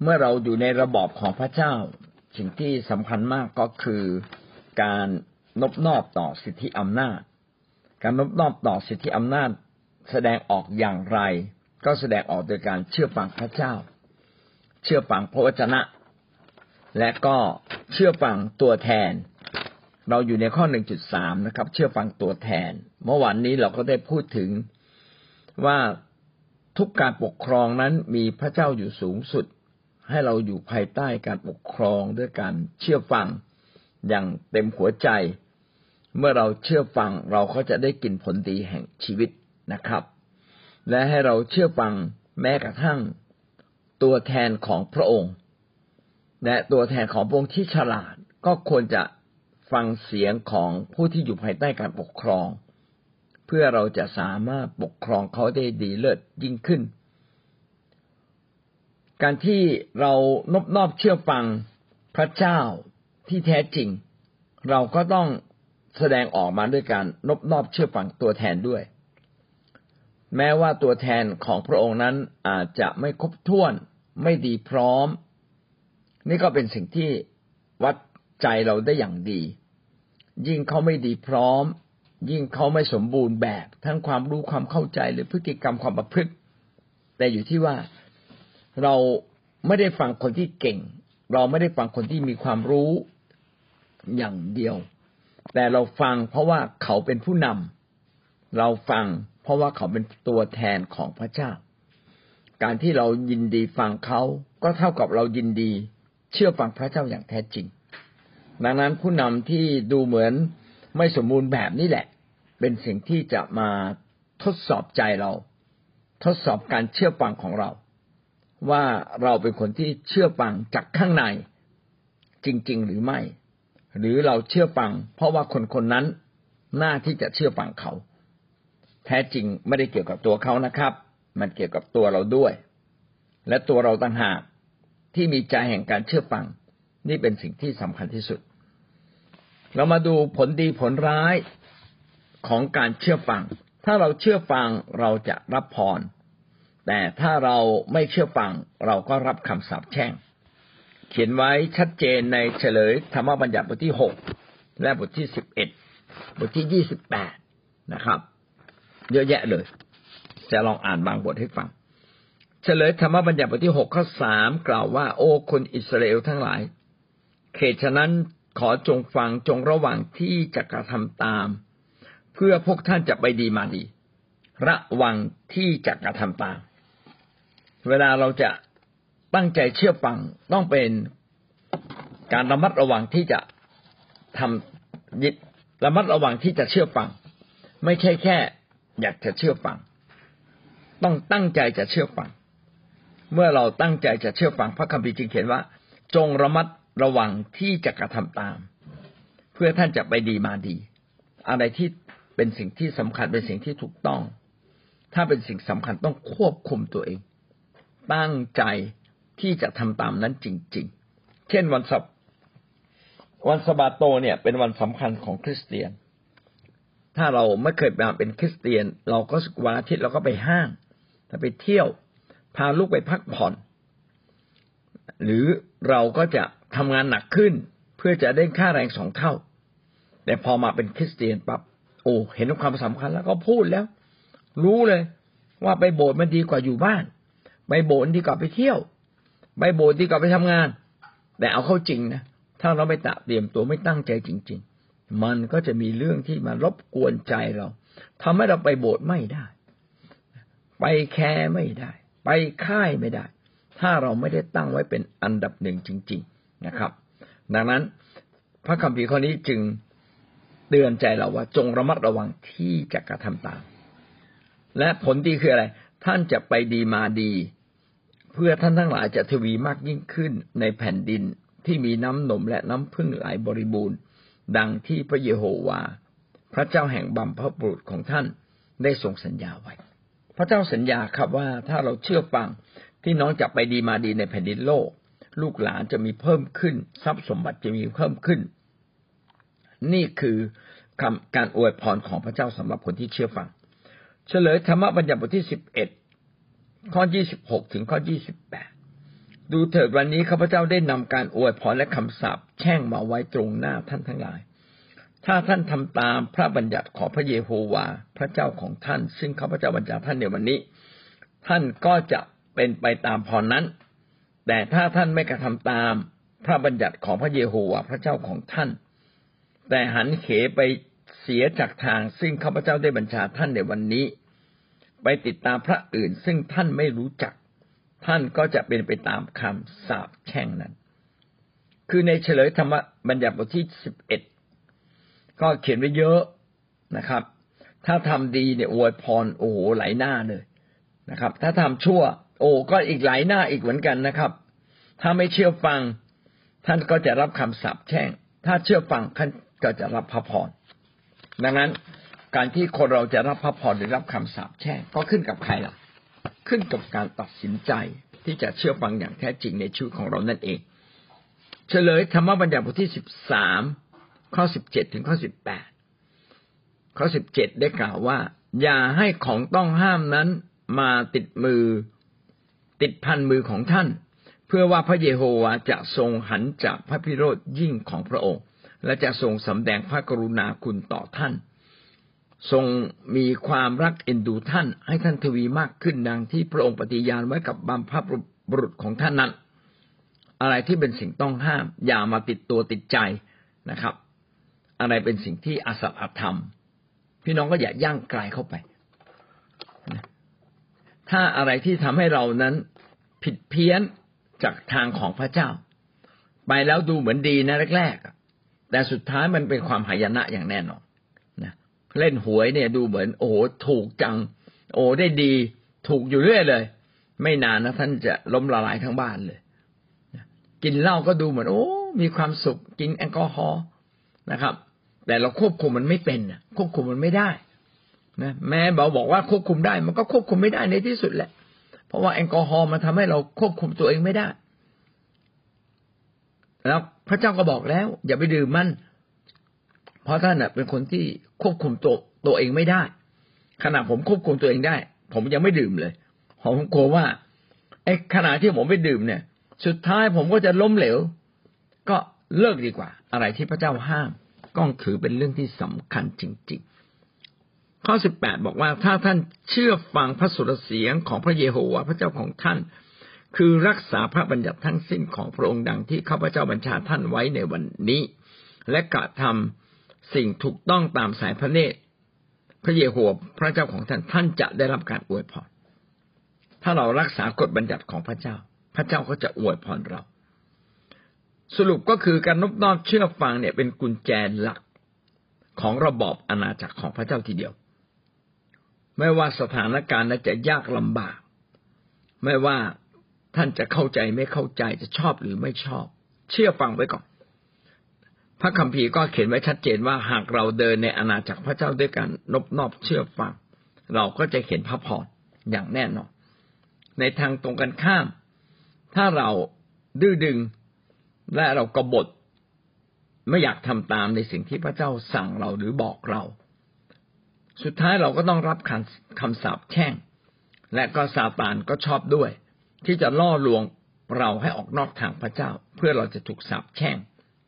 มื่อเราอยู่ในระบอบของพระเจ้าสิ่งที่สำคัญมากก็คือการนบนอบต่อสิทธิอำนาจการนบนอบต่อสิทธิอำนาจแสดงออกอย่างไรก็แสดงออกโดยการเชื่อฟังพระเจ้าเชื่อฟังพระวจนะและก็เชื่อฟังตัวแทนเราอยู่ในข้อ 1.3 นะครับเชื่อฟังตัวแทนเมื่อวานนี้เราก็ได้พูดถึงว่าทุกการปกครองนั้นมีพระเจ้าอยู่สูงสุดให้เราอยู่ภายใต้การปกครองด้วยการเชื่อฟังอย่างเต็มหัวใจเมื่อเราเชื่อฟังเราก็จะได้กินผลดีแห่งชีวิตนะครับและให้เราเชื่อฟังแม้กระทั่งตัวแทนของพระองค์และตัวแทนของพระองค์ที่ฉลาดก็ควรจะฟังเสียงของผู้ที่อยู่ภายใต้การปกครองเพื่อเราจะสามารถปกครองเขาได้ดีเลิศยิ่งขึ้นการที่เรานบนอบเชื่อฟังพระเจ้าที่แท้จริงเราก็ต้องแสดงออกมาด้วยการนบนอบเชื่อฟังตัวแทนด้วยแม้ว่าตัวแทนของพระองค์นั้นอาจจะไม่ครบถ้วนไม่ดีพร้อมนี่ก็เป็นสิ่งที่วัดใจเราได้อย่างดียิ่งเขาไม่ดีพร้อมยิ่งเขาไม่สมบูรณ์แบบทั้งความรู้ความเข้าใจหรือพฤติกรรมความประพฤติแต่อยู่ที่ว่าเราไม่ได้ฟังคนที่เก่งเราไม่ได้ฟังคนที่มีความรู้อย่างเดียวแต่เราฟังเพราะว่าเขาเป็นผู้นำเราฟังเพราะว่าเขาเป็นตัวแทนของพระเจ้าการที่เรายินดีฟังเขาก็เท่ากับเรายินดีเชื่อฟังพระเจ้าอย่างแท้จริงดังนั้นผู้นำที่ดูเหมือนไม่สมบูรณ์แบบนี่แหละเป็นสิ่งที่จะมาทดสอบใจเราทดสอบการเชื่อฟังของเราว่าเราเป็นคนที่เชื่อฟังจากข้างในจริงๆหรือไม่หรือเราเชื่อฟังเพราะว่าคนคนนั้นน่าที่จะเชื่อฟังเขาแท้จริงไม่ได้เกี่ยวกับตัวเขานะครับมันเกี่ยวกับตัวเราด้วยและตัวเราต่างหากที่มีใจแห่งการเชื่อฟังนี่เป็นสิ่งที่สำคัญที่สุดเรามาดูผลดีผลร้ายของการเชื่อฟังถ้าเราเชื่อฟังเราจะรับพรแต่ถ้าเราไม่เชื่อฟังเราก็รับคำสาปแช่งเขียนไว้ชัดเจนในเฉลยธรรมบัญญัติบทที่6และบทที่11บทที่28นะครับเยอะแยะเลยจะลองอ่านบางบทให้ฟังเฉลยธรรมบัญญัติบทที่6ข้อ3กล่าวว่าโอ้คนอิสราเอลทั้งหลายเหตุฉะนั้นขอจงฟังจงระวังที่จะกระทำตามเพื่อพวกท่านจะไปดีมาดีระวังที่จะกระทำตามเวลาเราจะตั้งใจเชื่อฟังต้องเป็นการระมัดระวังที่จะระมัดระวังที่จะเชื่อฟังไม่ใช่แค่อยากจะเชื่อฟังต้องตั้งใจจะเชื่อฟังเมื่อเราตั้งใจจะเชื่อฟังพระคัมภีร์จึงเขียนว่าจงระมัดระวังที่จะกระทำตามเพื่อท่านจะไปดีมาดีอะไรที่เป็นสิ่งที่สำคัญเป็นสิ่งที่ถูกต้องถ้าเป็นสิ่งสำคัญต้องควบคุมตัวเองตั้งใจที่จะทำตามนั้นจริงๆเช่นวันสะบาโตเนี่ยเป็นวันสำคัญของคริสเตียนถ้าเราไม่เคยมาเป็นคริสเตียนเราก็วันอาทิตย์เราก็ไปห้างไปเที่ยวพาลูกไปพักผ่อนหรือเราก็จะทำงานหนักขึ้นเพื่อจะได้ค่าแรง2 เท่าแต่พอมาเป็นคริสเตียนปั๊บโอ้เห็นความสำคัญแล้วก็พูดแล้วรู้เลยว่าไปโบสถ์มันดีกว่าอยู่บ้านไปโบสถ์ดีกว่าไปเที่ยวไปโบสถ์ดีกว่าไปทำงานแต่เอาเข้าจริงนะถ้าเราไม่เตรียมตัวไม่ตั้งใจจริงๆมันก็จะมีเรื่องที่มารบกวนใจเราทำให้เราไปโบสถ์ไม่ได้ไปแคร์ไม่ได้ไปค่ายไม่ได้ถ้าเราไม่ได้ตั้งไว้เป็นอันดับหนึ่งจริงๆนะครับดังนั้นพระคัมภีร์ข้อนี้จึงเตือนใจเราว่าจงระมัดระวังที่จะกระทำตามและผลดีคืออะไรท่านจะไปดีมาดีเพื่อท่านทั้งหลายจะทวีมากยิ่งขึ้นในแผ่นดินที่มีน้ำนมและน้ำพึ่งไหลบริบูรณ์ดังที่พระเยโฮวาห์พระเจ้าแห่งบรรพบุรุษของท่านได้ทรงสัญญาไว้พระเจ้าสัญญาครับว่าถ้าเราเชื่อฟังที่น้องจะไปดีมาดีในแผ่นดินโลกลูกหลานจะมีเพิ่มขึ้นทรัพย์สมบัติจะมีเพิ่มขึ้นนี่คือการอวยพรของพระเจ้าสำหรับคนที่เชื่อฟังเฉลยธรรมบัญญัติบทที่11ข้อ26ถึงข้อ28 ดูเถิดวันนี้ข้าพเจ้าได้นำการอวยพรและคำสาปแช่งมาไว้ตรงหน้าท่านทั้งหลายถ้าท่านทำตามพระบัญญัติของพระเยโฮวาห์พระเจ้าของท่านซึ่งข้าพเจ้าบัญชาท่านในวันนี้ท่านก็จะเป็นไปตามพรนั้นแต่ถ้าท่านไม่กระทำตามพระบัญญัติของพระเยโฮวาห์พระเจ้าของท่านแต่หันเหไปเสียจากทางซึ่งข้าพเจ้าได้บัญชาท่านในวันนี้ไปติดตามพระอื่นซึ่งท่านไม่รู้จักท่านก็จะเป็นไปตามคำสาปแช่งนั้นคือในเฉลยธรรมบัญญัติบทที่11ก็เขียนไว้เยอะนะครับถ้าทำดีเนี่ยอวยพรโอ้โหหลายหน้าเลยนะครับถ้าทำชั่วโอ้ก็อีกหลายหน้าอีกเหมือนกันนะครับถ้าไม่เชื่อฟังท่านก็จะรับคำสาปแช่งถ้าเชื่อฟังท่านก็จะรับพระพรดังนั้นการที่คนเราจะรับพระพรหรือรับคำสาปแช่งก็ขึ้นกับใครล่ะขึ้นกับการตัดสินใจที่จะเชื่อฟังอย่างแท้จริงในชีวิตของเรานั่นเองเฉลยธรรมบัญญัติบทที่13ข้อ17ถึงข้อ18ข้อ17ได้กล่าวว่าอย่าให้ของต้องห้ามนั้นมาติดพันมือของท่านเพื่อว่าพระเยโฮวาห์จะทรงหันจากพระพิโรธยิ่งของพระองค์และจะทรงสำแดงพระกรุณาคุณต่อท่านทรงมีความรักเอ็นดูท่านให้ท่านทวีมากขึ้นดังที่พระองค์ปฏิญาณไว้กับบรรพบุรุษของท่านนั้นอะไรที่เป็นสิ่งต้องห้ามอย่ามาติดตัวติดใจนะครับอะไรเป็นสิ่งที่อสัตย์อธรรมพี่น้องก็อย่าย่างไกลเข้าไปถ้าอะไรที่ทำให้เรานั้นผิดเพี้ยนจากทางของพระเจ้าไปแล้วดูเหมือนดีนะแรกๆแต่สุดท้ายมันเป็นความหายนะอย่างแน่นอนนะเล่นหวยเนี่ยดูเหมือนโอ้โหถูกจังโอ้ได้ดีถูกอยู่เรื่อยเลยไม่นานนะท่านจะล้มละลายทั้งบ้านเลยกินเหล้าก็ดูเหมือนโอ้มีความสุขกินแอลกอฮอล์นะครับแต่เราควบคุมมันไม่เป็นควบคุมมันไม่ได้นะแม้บอกว่าควบคุมได้มันก็ควบคุมไม่ได้ในที่สุดแหละเพราะว่าแอลกอฮอล์มันทำให้เราควบคุมตัวเองไม่ได้แล้วพระเจ้าก็บอกแล้วอย่าไปดื่มมันเพราะท่านเป็นคนที่ควบคุมตัวเองไม่ได้ขณะผมควบคุมตัวเองได้ผมยังไม่ดื่มเลยผมกลัวว่าไอ้ขณะที่ผมไปดื่มเนี่ยสุดท้ายผมก็จะล้มเหลวก็เลิกดีกว่าอะไรที่พระเจ้าห้ามก็ถือเป็นเรื่องที่สำคัญจริงๆข้อ18บอกว่าถ้าท่านเชื่อฟังพระสุรเสียงของพระเยโฮวาห์พระเจ้าของท่านคือรักษาพระบัญญัติทั้งสิ้นของพระองค์ดังที่ข้าพเจ้าบัญชาท่านไว้ในวันนี้และกระทำสิ่งถูกต้องตามสายพระเนตรพระเยโฮวาห์พระเจ้าของท่านจะได้รับการอวยพรถ้าเรารักษากฎบัญญัติของพระเจ้าพระเจ้าก็จะอวยพรเราสรุปก็คือการนอบน้อมเชื่อฟังเนี่ยเป็นกุญแจหลักของระบอบอาณาจักรของพระเจ้าทีเดียวไม่ว่าสถานการณ์จะยากลำบากไม่ว่าท่านจะเข้าใจไม่เข้าใจจะชอบหรือไม่ชอบเชื่อฟังไว้ก่อนพระคัมภีร์ก็เขียนไว้ชัดเจนว่าหากเราเดินในอาณาจักรพระเจ้าด้วยการนอบน้อมเชื่อฟังเราก็จะเห็นพระพรอย่างแน่นอนในทางตรงกันข้ามถ้าเราดื้อดึงและเรากบฏไม่อยากทำตามในสิ่งที่พระเจ้าสั่งเราหรือบอกเราสุดท้ายเราก็ต้องรับคำสาปแช่งและก็ซาตานก็ชอบด้วยที่จะล่อลวงเราให้ออกนอกทางพระเจ้าเพื่อเราจะถูกสาปแช่ง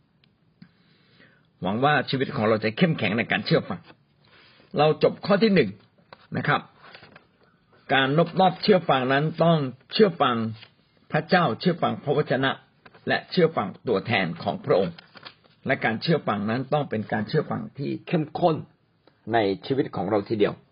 หวังว่าชีวิตของเราจะเข้มแข็งในการเชื่อฟังเราจบข้อที่1นะครับการนอบน้อมเชื่อฟังนั้นต้องเชื่อฟังพระเจ้าเชื่อฟังพระวจนะและเชื่อฟังตัวแทนของพระองค์และการเชื่อฟังนั้นต้องเป็นการเชื่อฟังที่เข้มข้นในชีวิตของเราทีเดียว